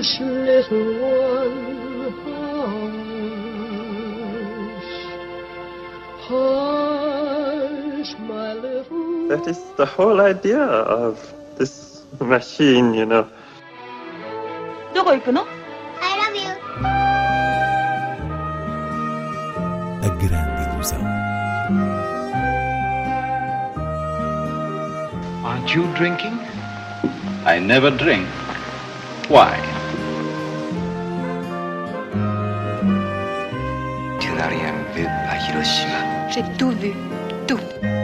little one, hush, my little. That is the whole idea of this machine, you know. どこ行くの? I love you. A grande ilusão. Aren't you drinking? I never drink. Why? Tu n'as rien vu à Hiroshima. J'ai tout vu, tout.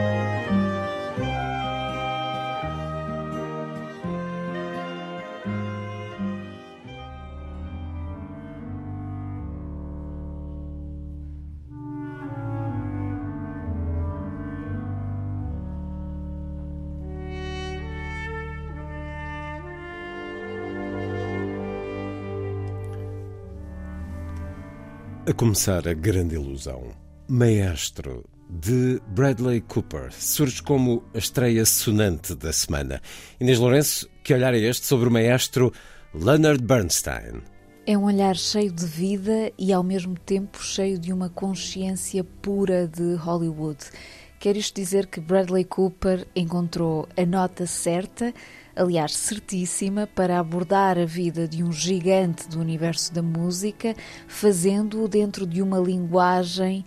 A começar a grande ilusão. Maestro, de Bradley Cooper, surge como a estreia sonante da semana. Inês Lourenço, que olhar é este sobre o maestro Leonard Bernstein? É um olhar cheio de vida e ao mesmo tempo cheio de uma consciência pura de Hollywood. Quer isto dizer que Bradley Cooper encontrou a nota certa, aliás, certíssima, para abordar a vida de um gigante do universo da música, fazendo-o dentro de uma linguagem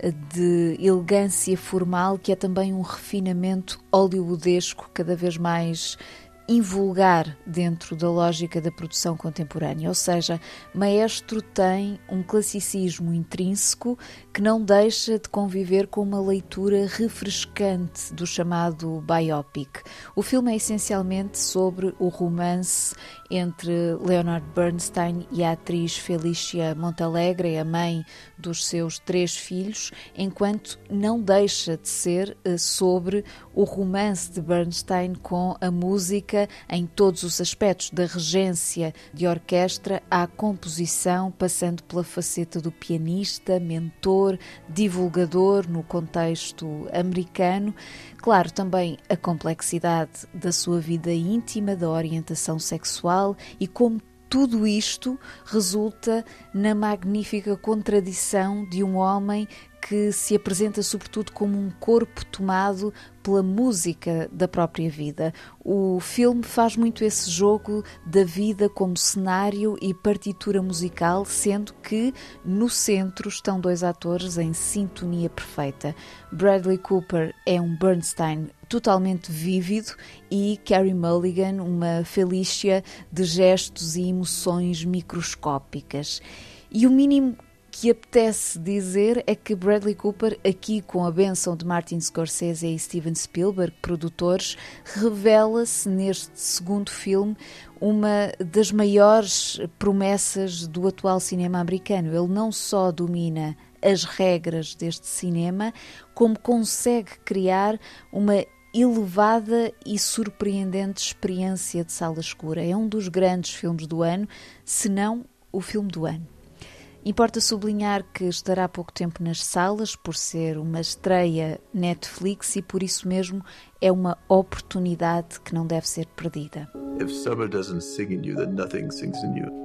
de elegância formal que é também um refinamento hollywoodesco cada vez mais invulgar dentro da lógica da produção contemporânea, ou seja, Maestro tem um classicismo intrínseco que não deixa de conviver com uma leitura refrescante do chamado biopic. O filme é essencialmente sobre o romance entre Leonard Bernstein e a atriz Felicia Montalegre, a mãe dos seus 3 filhos, enquanto não deixa de ser sobre o romance de Bernstein com a música em todos os aspectos, da regência de orquestra à composição, passando pela faceta do pianista, mentor, divulgador no contexto americano. Claro, também a complexidade da sua vida íntima, da orientação sexual e como tudo isto resulta na magnífica contradição de um homem que se apresenta sobretudo como um corpo tomado pela música da própria vida. O filme faz muito esse jogo da vida como cenário e partitura musical, sendo que no centro estão 2 atores em sintonia perfeita. Bradley Cooper é um Bernstein totalmente vívido e Carey Mulligan uma Felicia de gestos e emoções microscópicas. E o mínimo que apetece dizer é que Bradley Cooper, aqui com a bênção de Martin Scorsese e Steven Spielberg, produtores, revela-se neste segundo filme uma das maiores promessas do atual cinema americano. Ele não só domina as regras deste cinema, como consegue criar uma elevada e surpreendente experiência de sala escura. É um dos grandes filmes do ano, se não o filme do ano. Importa sublinhar que estará há pouco tempo nas salas por ser uma estreia Netflix e por isso mesmo é uma oportunidade que não deve ser perdida. If summer doesn't sing in you, then nothing sings in you.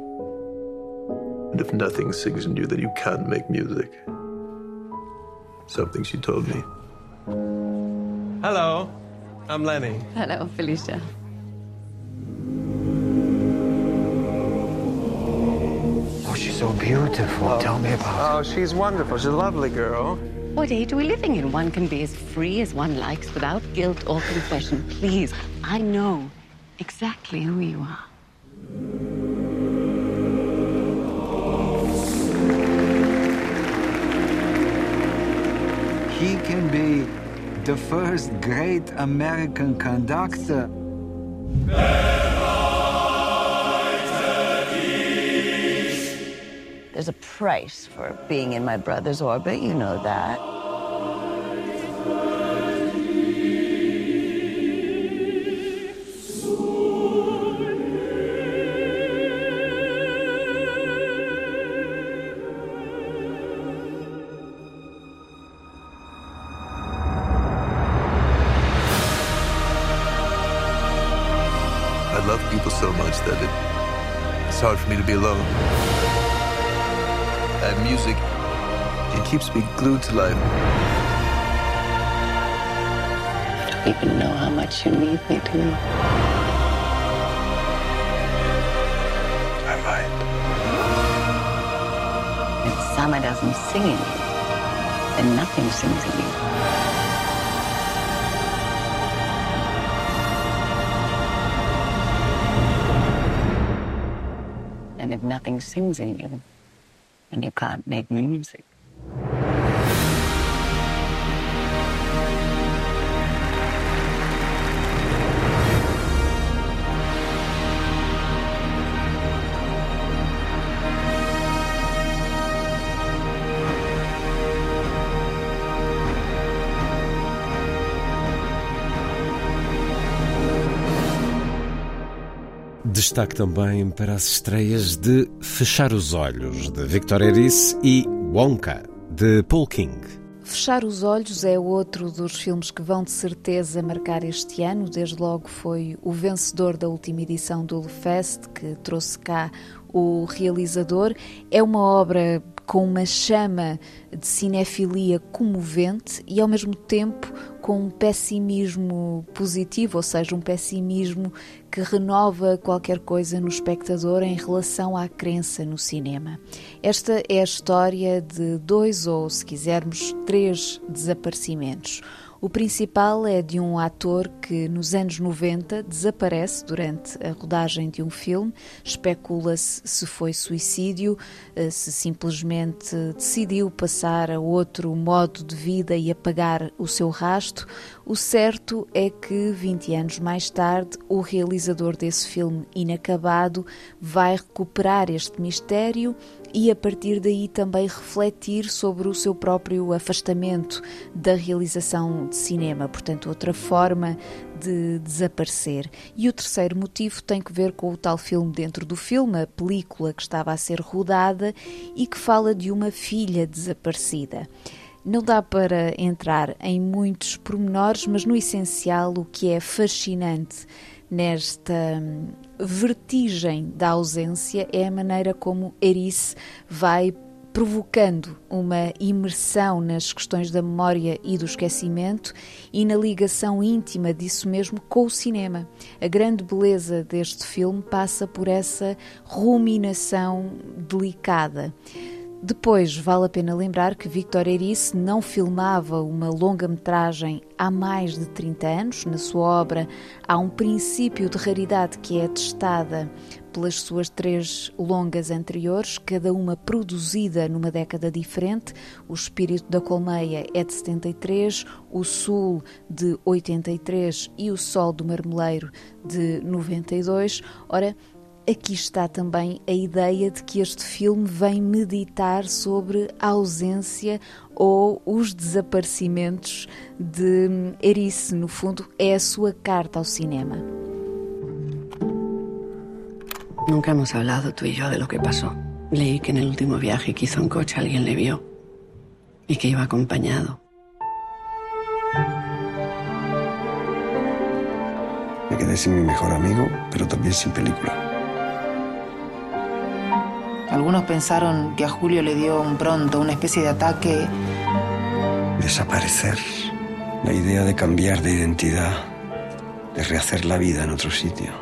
And if nothing sings in you, then you can't make music. Something she told me. Hello, I'm Lenny. Hello, Felicia. Oh, she's so beautiful. Tell me about her. Oh, she's wonderful. She's a lovely girl. What age are we living in? One can be as free as one likes without guilt or confession. Please, I know exactly who you are. He can be the first great American conductor. There's a price for being in my brother's orbit, you know that. I love people so much that It's hard for me to be alone. And music, it keeps me glued to life. I don't even know how much you need me to. I might. If Sama doesn't sing in you, then nothing sings in you. And if nothing sings in you, then you can't make music. Destaque também para as estreias de Fechar os Olhos, de Victor Erice, e Wonka, de Paul King. Fechar os Olhos é outro dos filmes que vão de certeza marcar este ano. Desde logo foi o vencedor da última edição do Ulfest, que trouxe cá o realizador. É uma obra com uma chama de cinefilia comovente e, ao mesmo tempo, com um pessimismo positivo, ou seja, um pessimismo que renova qualquer coisa no espectador em relação à crença no cinema. Esta é a história de 2 ou, se quisermos, 3 desaparecimentos. O principal é de um ator que nos anos 90 desaparece durante a rodagem de um filme. Especula-se se foi suicídio, se simplesmente decidiu passar a outro modo de vida e apagar o seu rasto. O certo é que 20 anos mais tarde o realizador desse filme inacabado vai recuperar este mistério e a partir daí também refletir sobre o seu próprio afastamento da realização de cinema, portanto outra forma de desaparecer. E o terceiro motivo tem que ver com o tal filme dentro do filme, a película que estava a ser rodada e que fala de uma filha desaparecida. Não dá para entrar em muitos pormenores, mas no essencial o que é fascinante nesta vertigem da ausência é a maneira como Erice vai provocando uma imersão nas questões da memória e do esquecimento e na ligação íntima disso mesmo com o cinema. A grande beleza deste filme passa por essa ruminação delicada. Depois, vale a pena lembrar que Victor Erice não filmava uma longa-metragem há mais de 30 anos. Na sua obra há um princípio de raridade que é atestada pelas suas 3 longas anteriores, cada uma produzida numa década diferente. O Espírito da Colmeia é de 73, o Sul de 83 e o Sol do Marmeleiro de 92. Ora, aqui está também a ideia de que este filme vem meditar sobre a ausência ou os desaparecimentos de Erice. No fundo, é a sua carta ao cinema. Nunca hemos hablado tú y yo de lo que pasó. Leí que en el último viaje que hizo en coche alguien le vio y que iba acompañado. Me quedé sin mi mejor amigo, pero también sin película. Algunos pensaron que a Julio le dio un pronto, una especie de ataque. Desaparecer. La idea de cambiar de identidad, de rehacer la vida en otro sitio.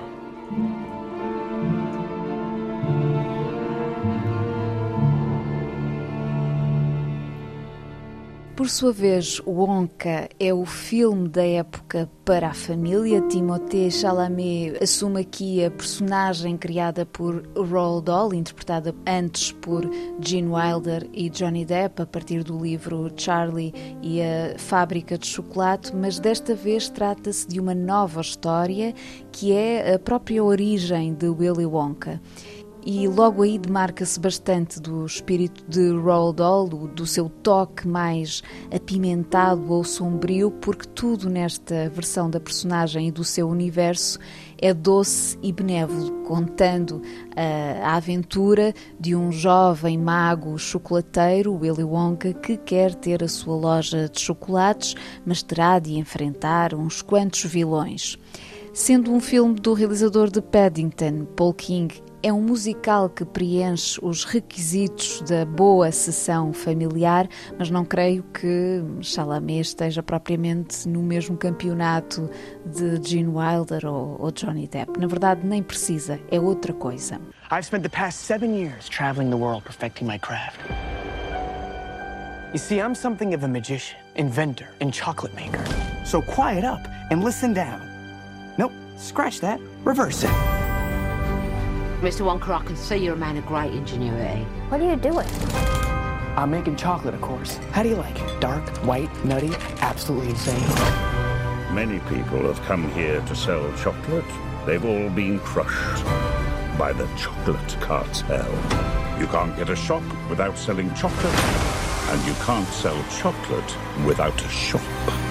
Por sua vez, Wonka é o filme da época para a família. Timothée Chalamet assume aqui a personagem criada por Roald Dahl, interpretada antes por Gene Wilder e Johnny Depp, a partir do livro Charlie e a Fábrica de Chocolate, mas desta vez trata-se de uma nova história que é a própria origem de Willy Wonka. E logo aí demarca-se bastante do espírito de Roald Dahl, do seu toque mais apimentado ou sombrio, porque tudo nesta versão da personagem e do seu universo é doce e benévolo, contando a aventura de um jovem mago chocolateiro, Willy Wonka, que quer ter a sua loja de chocolates, mas terá de enfrentar uns quantos vilões. Sendo um filme do realizador de Paddington, Paul King, é um musical que preenche os requisitos da boa sessão familiar, mas não creio que Chalamet esteja propriamente no mesmo campeonato de Gene Wilder ou Johnny Depp. Na verdade, nem precisa, é outra coisa. I've spent the past 7 years traveling the world perfecting my craft. You see, I'm something of a magician, inventor, and chocolate maker. So quiet up and listen down. Nope, scratch that, reverse it. Mr. Wonker, I can see you're a man of great ingenuity. What are you doing? I'm making chocolate, of course. How do you like it? Dark, white, nutty, absolutely insane. Many people have come here to sell chocolate. They've all been crushed by the chocolate cartel. You can't get a shop without selling chocolate, and you can't sell chocolate without a shop.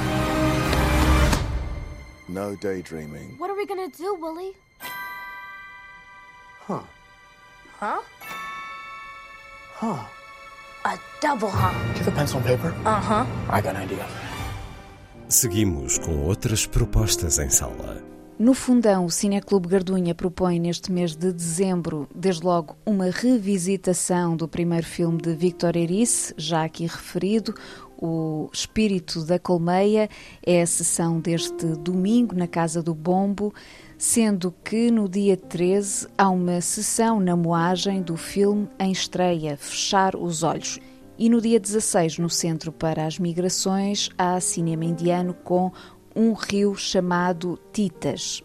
No daydreaming. What are we gonna do, Willie? Huh. Huh? Huh. A double huh. Do you have a pencil and paper? Uh-huh. I got an idea. Seguimos com outras propostas em sala. No Fundão, o Cineclube Gardunha propõe neste mês de dezembro, desde logo, uma revisitação do primeiro filme de Victor Erice, já aqui referido, O Espírito da Colmeia. É a sessão deste domingo na Casa do Bombo, sendo que no dia 13 há uma sessão na moagem do filme em estreia, Fechar os Olhos. E no dia 16, no Centro para as Migrações, há cinema indiano com Um Rio Chamado Titas.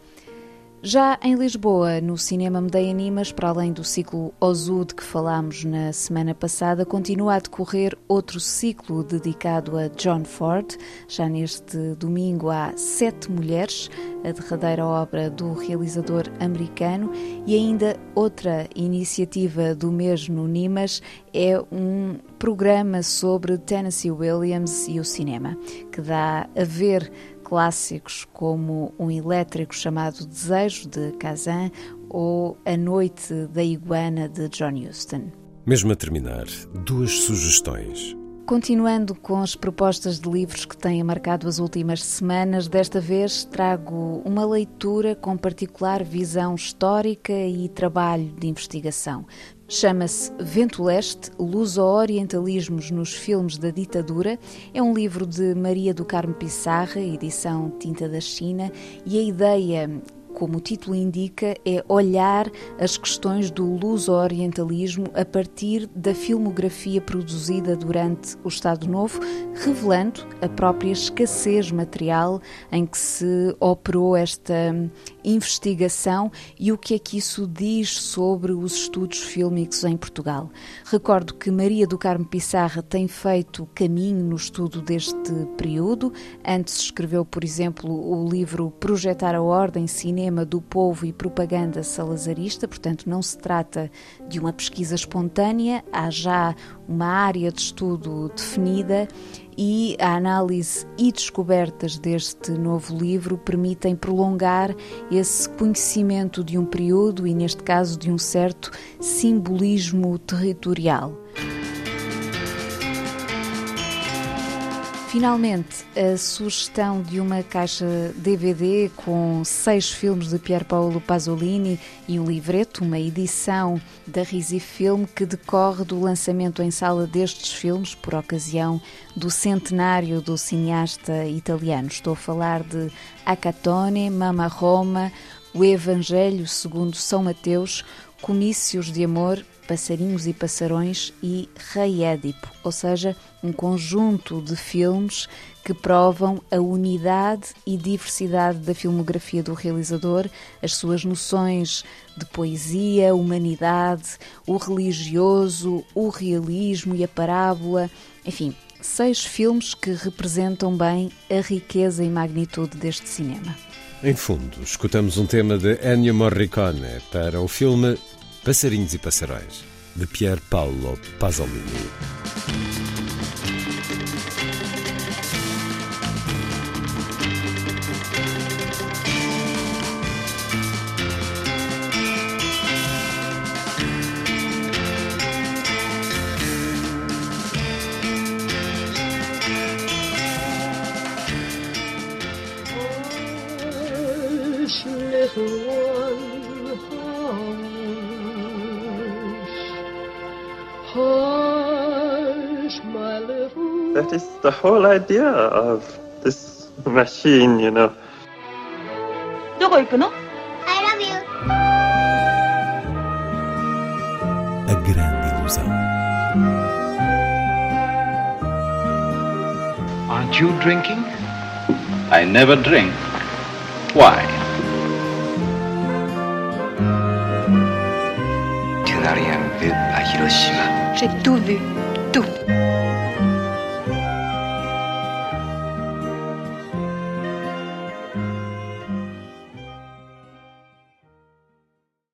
Já em Lisboa, no Cinema Medeia Animas, para além do ciclo Ozu de que falámos na semana passada, continua a decorrer outro ciclo dedicado a John Ford. Já neste domingo há 7 Mulheres, a derradeira obra do realizador americano, e ainda outra iniciativa do mês no Nimas é um programa sobre Tennessee Williams e o cinema, que dá a ver clássicos como Um Elétrico Chamado Desejo, de Kazan, ou A Noite da Iguana, de John Huston. Mesmo a terminar, 2 sugestões. Continuando com as propostas de livros que têm marcado as últimas semanas, desta vez trago uma leitura com particular visão histórica e trabalho de investigação. Chama-se Vento Leste, Luso-Orientalismos nos Filmes da Ditadura. É um livro de Maria do Carmo Pissarra, edição Tinta da China, e a ideia, como o título indica, é olhar as questões do luso-orientalismo a partir da filmografia produzida durante o Estado Novo, revelando a própria escassez material em que se operou esta investigação e o que é que isso diz sobre os estudos fílmicos em Portugal. Recordo que Maria do Carmo Pissarra tem feito caminho no estudo deste período. Antes escreveu, por exemplo, o livro Projetar a Ordem, Cinema do Povo e Propaganda Salazarista, portanto não se trata de uma pesquisa espontânea, há já uma área de estudo definida, e a análise e descobertas deste novo livro permitem prolongar esse conhecimento de um período e, neste caso, de um certo simbolismo territorial. Finalmente, a sugestão de uma caixa DVD com 6 filmes de Pier Paolo Pasolini e um livreto, uma edição da Risi Film, que decorre do lançamento em sala destes filmes por ocasião do centenário do cineasta italiano. Estou a falar de Acatone, Mama Roma, O Evangelho segundo São Mateus, Comícios de Amor, Passarinhos e Passarões e Rei Édipo, ou seja, um conjunto de filmes que provam a unidade e diversidade da filmografia do realizador, as suas noções de poesia, humanidade, o religioso, o realismo e a parábola, enfim, 6 filmes que representam bem a riqueza e magnitude deste cinema. Em fundo, escutamos um tema de Ennio Morricone para o filme Passarinhos e Passarões, de Pier Paolo Pasolini. That is the whole idea of this machine, you know. どこ行くの? I love you. A grande ilusão. Aren't you drinking? I never drink. Why? Tu n'as rien vu à Hiroshima. J'ai tout vu. Tout.